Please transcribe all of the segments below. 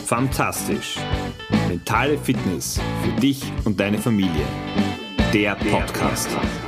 Fantastisch. Mentale Fitness für dich und deine Familie. Der Podcast.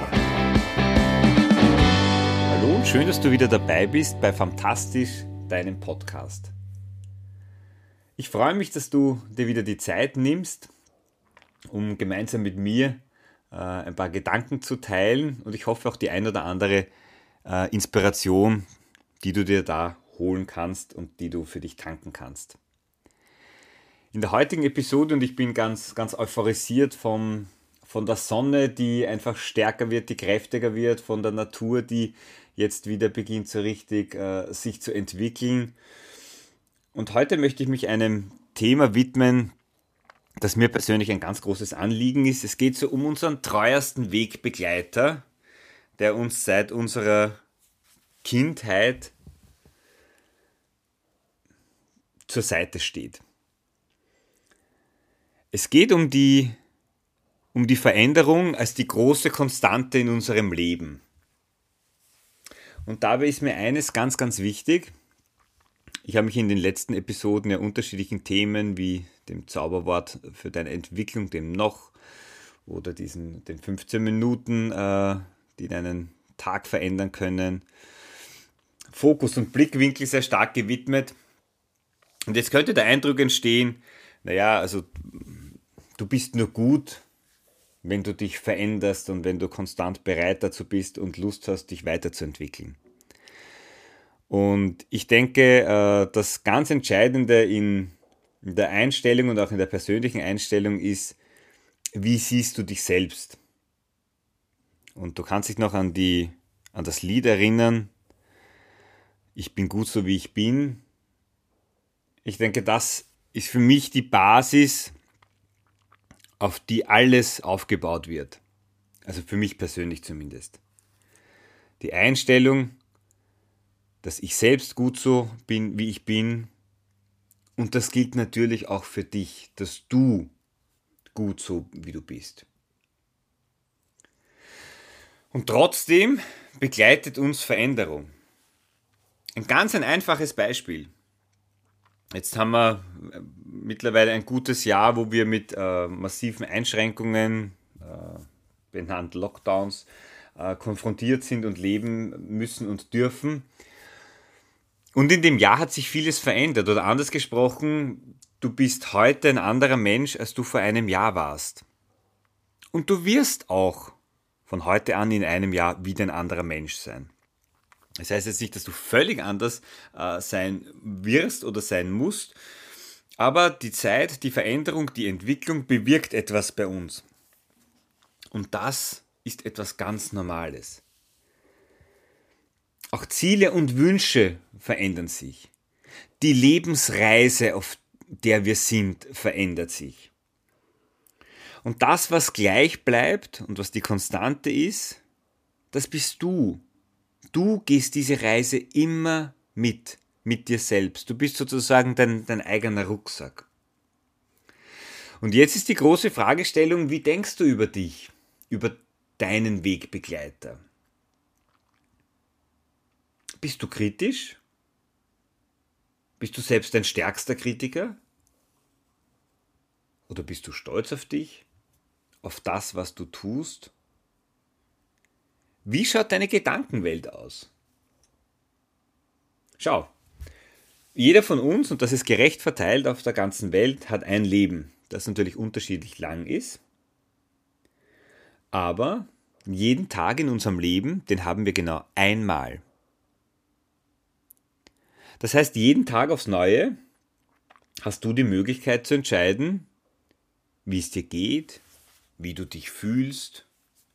Hallo und schön, dass du wieder dabei bist bei Fantastisch, deinem Podcast. Ich freue mich, dass du dir wieder die Zeit nimmst, um gemeinsam mit mir ein paar Gedanken zu teilen und ich hoffe auch die ein oder andere Inspiration, die du dir da holen kannst und die du für dich tanken kannst. In der heutigen Episode, und ich bin ganz euphorisiert von der Sonne, die einfach stärker wird, die kräftiger wird, von der Natur, die jetzt wieder beginnt so richtig sich zu entwickeln. Und heute möchte ich mich einem Thema widmen, das mir persönlich ein ganz großes Anliegen ist. Es geht so um unseren treuesten Wegbegleiter, der uns seit unserer Kindheit zur Seite steht. Es geht um die Veränderung als die große Konstante in unserem Leben. Und dabei ist mir eines ganz wichtig. Ich habe mich in den letzten Episoden ja unterschiedlichen Themen wie dem Zauberwort für deine Entwicklung, dem Noch, oder den 15 Minuten, die deinen Tag verändern können, Fokus und Blickwinkel sehr stark gewidmet. Und jetzt könnte der Eindruck entstehen, also du bist nur gut, wenn du dich veränderst und wenn du konstant bereit dazu bist und Lust hast, dich weiterzuentwickeln. Und ich denke, das ganz Entscheidende in der Einstellung und auch in der persönlichen Einstellung ist, wie siehst du dich selbst? Und du kannst dich noch an das Lied erinnern, ich bin gut so wie ich bin. Ich denke, das ist für mich die Basis, auf die alles aufgebaut wird. Also für mich persönlich zumindest. Die Einstellung, dass ich selbst gut so bin, wie ich bin. Und das gilt natürlich auch für dich, dass du gut so, wie du bist. Und trotzdem begleitet uns Veränderung. Ein einfaches Beispiel. Jetzt haben wir mittlerweile ein gutes Jahr, wo wir mit massiven Einschränkungen, benannt Lockdowns, konfrontiert sind und leben müssen und dürfen. Und in dem Jahr hat sich vieles verändert. Oder anders gesprochen, du bist heute ein anderer Mensch, als du vor einem Jahr warst. Und du wirst auch von heute an in einem Jahr wieder ein anderer Mensch sein. Das heißt jetzt nicht, dass du völlig anders sein wirst oder sein musst, aber die Zeit, die Veränderung, die Entwicklung bewirkt etwas bei uns. Und das ist etwas ganz Normales. Auch Ziele und Wünsche verändern sich. Die Lebensreise, auf der wir sind, verändert sich. Und das, was gleich bleibt und was die Konstante ist, das bist du. Du gehst diese Reise immer mit dir selbst. Du bist sozusagen dein eigener Rucksack. Und jetzt ist die große Fragestellung, wie denkst du über dich, über deinen Wegbegleiter? Bist du kritisch? Bist du selbst dein stärkster Kritiker? Oder bist du stolz auf dich, auf das, was du tust? Wie schaut deine Gedankenwelt aus? Schau, jeder von uns, und das ist gerecht verteilt auf der ganzen Welt, hat ein Leben, das natürlich unterschiedlich lang ist. Aber jeden Tag in unserem Leben, den haben wir genau einmal. Das heißt, jeden Tag aufs Neue hast du die Möglichkeit zu entscheiden, wie es dir geht, wie du dich fühlst,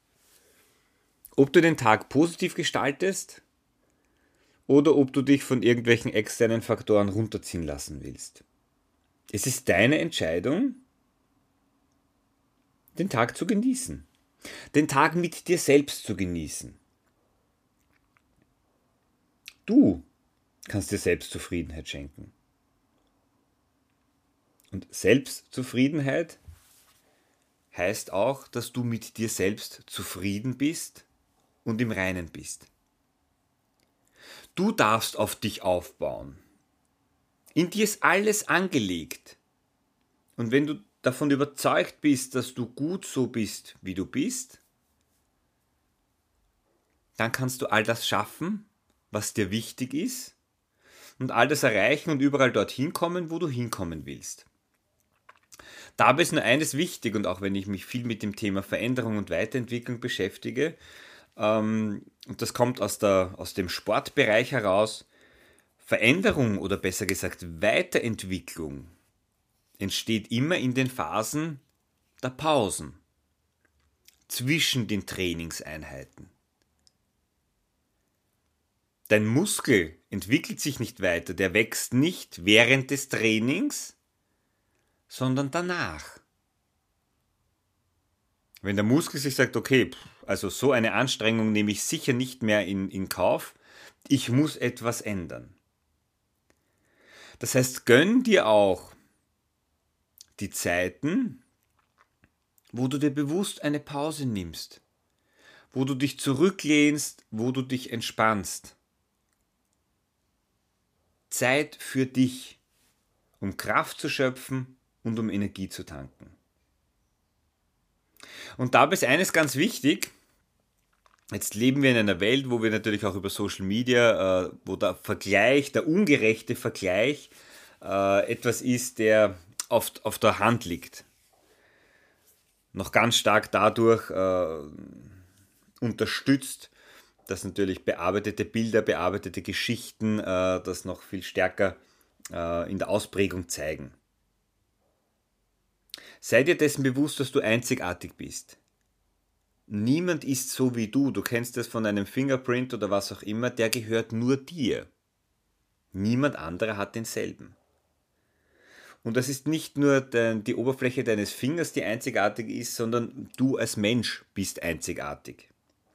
ob du den Tag positiv gestaltest oder ob du dich von irgendwelchen externen Faktoren runterziehen lassen willst. Es ist deine Entscheidung, den Tag zu genießen, den Tag mit dir selbst zu genießen. Du kannst dir Selbstzufriedenheit schenken. Und Selbstzufriedenheit heißt auch, dass du mit dir selbst zufrieden bist und im Reinen bist. Du darfst auf dich aufbauen. In dir ist alles angelegt. Und wenn du davon überzeugt bist, dass du gut so bist, wie du bist, dann kannst du all das schaffen, was dir wichtig ist und all das erreichen und überall dorthin kommen, wo du hinkommen willst. Dabei ist nur eines wichtig, und auch wenn ich mich viel mit dem Thema Veränderung und Weiterentwicklung beschäftige, und das kommt aus dem Sportbereich heraus, Veränderung oder besser gesagt Weiterentwicklung entsteht immer in den Phasen der Pausen zwischen den Trainingseinheiten. Dein Muskel entwickelt sich nicht weiter, der wächst nicht während des Trainings, sondern danach. Wenn der Muskel sich sagt, okay, also so eine Anstrengung nehme ich sicher nicht mehr in Kauf, ich muss etwas ändern. Das heißt, gönn dir auch die Zeiten, wo du dir bewusst eine Pause nimmst, wo du dich zurücklehnst, wo du dich entspannst. Zeit für dich, um Kraft zu schöpfen und um Energie zu tanken. Und dabei ist eines ganz wichtig: Jetzt leben wir in einer Welt, wo wir natürlich auch über Social Media, wo der Vergleich, der ungerechte Vergleich, etwas ist, der oft auf der Hand liegt. Noch ganz stark dadurch unterstützt, dass natürlich bearbeitete Bilder, bearbeitete Geschichten das noch viel stärker in der Ausprägung zeigen. Sei dir dessen bewusst, dass du einzigartig bist. Niemand ist so wie du. Du kennst das von einem Fingerprint oder was auch immer, der gehört nur dir. Niemand anderer hat denselben. Und das ist nicht nur die Oberfläche deines Fingers, die einzigartig ist, sondern du als Mensch bist einzigartig.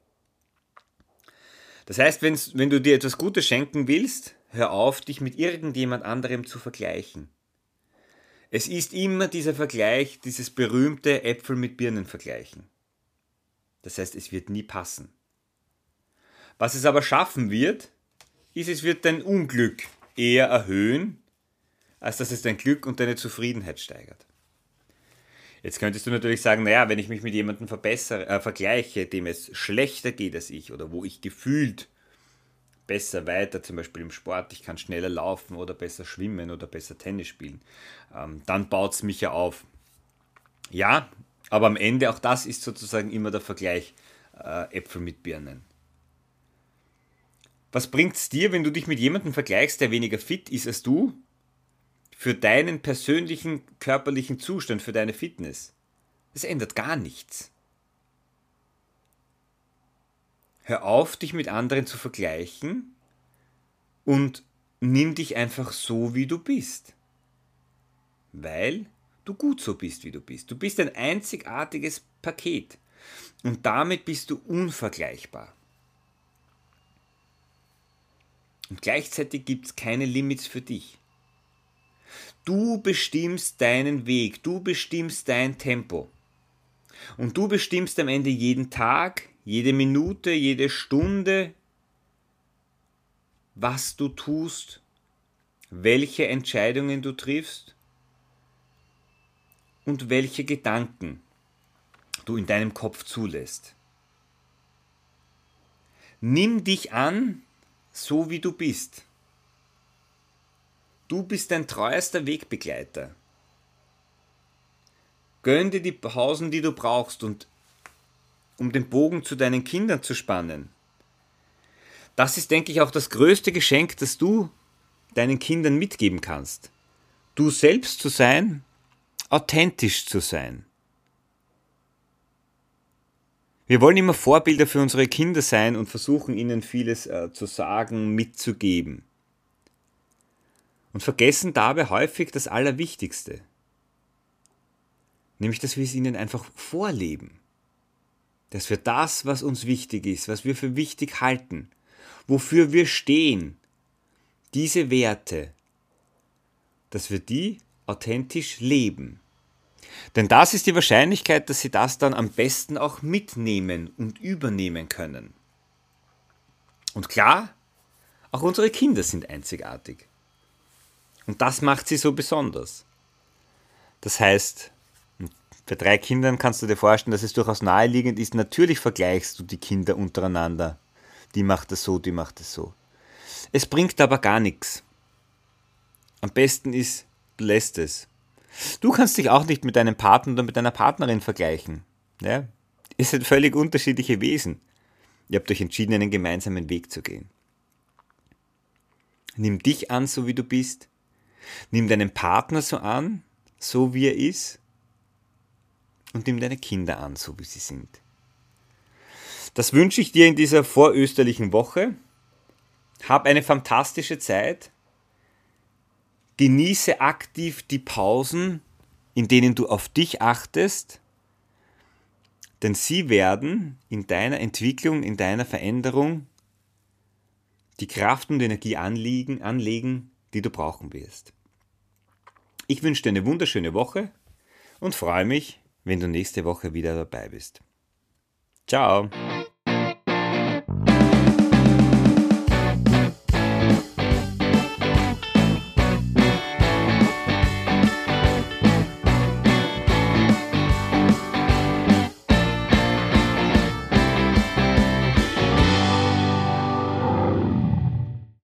Das heißt, wenn du dir etwas Gutes schenken willst, hör auf, dich mit irgendjemand anderem zu vergleichen. Es ist immer dieser Vergleich, dieses berühmte Äpfel mit Birnen vergleichen. Das heißt, es wird nie passen. Was es aber schaffen wird, ist, es wird dein Unglück eher erhöhen, als dass es dein Glück und deine Zufriedenheit steigert. Jetzt könntest du natürlich sagen, naja, wenn ich mich mit jemandem vergleiche, dem es schlechter geht als ich oder wo ich gefühlt besser weiter, zum Beispiel im Sport, ich kann schneller laufen oder besser schwimmen oder besser Tennis spielen, dann baut es mich ja auf. Ja, aber am Ende, auch das ist sozusagen immer der Vergleich Äpfel mit Birnen. Was bringt es dir, wenn du dich mit jemandem vergleichst, der weniger fit ist als du, für deinen persönlichen körperlichen Zustand, für deine Fitness? Das ändert gar nichts. Hör auf, dich mit anderen zu vergleichen und nimm dich einfach so, wie du bist. Weil du gut so bist, wie du bist. Du bist ein einzigartiges Paket und damit bist du unvergleichbar. Und gleichzeitig gibt es keine Limits für dich. Du bestimmst deinen Weg, du bestimmst dein Tempo. Und du bestimmst am Ende jeden Tag, jede Minute, jede Stunde, was du tust, welche Entscheidungen du triffst und welche Gedanken du in deinem Kopf zulässt. Nimm dich an, so wie du bist. Du bist dein treuester Wegbegleiter. Gönn dir die Pausen, die du brauchst, und um den Bogen zu deinen Kindern zu spannen. Das ist, denke ich, auch das größte Geschenk, das du deinen Kindern mitgeben kannst. Du selbst zu sein, authentisch zu sein. Wir wollen immer Vorbilder für unsere Kinder sein und versuchen, ihnen vieles zu sagen, mitzugeben. Und vergessen dabei häufig das Allerwichtigste. Nämlich, dass wir es ihnen einfach vorleben. Dass wir das, was uns wichtig ist, was wir für wichtig halten, wofür wir stehen, diese Werte, dass wir die authentisch leben. Denn das ist die Wahrscheinlichkeit, dass sie das dann am besten auch mitnehmen und übernehmen können. Und klar, auch unsere Kinder sind einzigartig. Und das macht sie so besonders. Das heißt, bei 3 Kindern kannst du dir vorstellen, dass es durchaus naheliegend ist, natürlich vergleichst du die Kinder untereinander. Die macht es so, die macht es so. Es bringt aber gar nichts. Am besten ist, du lässt es. Du kannst dich auch nicht mit deinem Partner oder mit deiner Partnerin vergleichen. Ja? Ihr seid völlig unterschiedliche Wesen. Ihr habt euch entschieden, einen gemeinsamen Weg zu gehen. Nimm dich an, so wie du bist. Nimm deinen Partner so an, so wie er ist. Und nimm deine Kinder an, so wie sie sind. Das wünsche ich dir in dieser vorösterlichen Woche. Hab eine fantastische Zeit. Genieße aktiv die Pausen, in denen du auf dich achtest, denn sie werden in deiner Entwicklung, in deiner Veränderung die Kraft und Energie anlegen, die du brauchen wirst. Ich wünsche dir eine wunderschöne Woche und freue mich, wenn du nächste Woche wieder dabei bist. Ciao!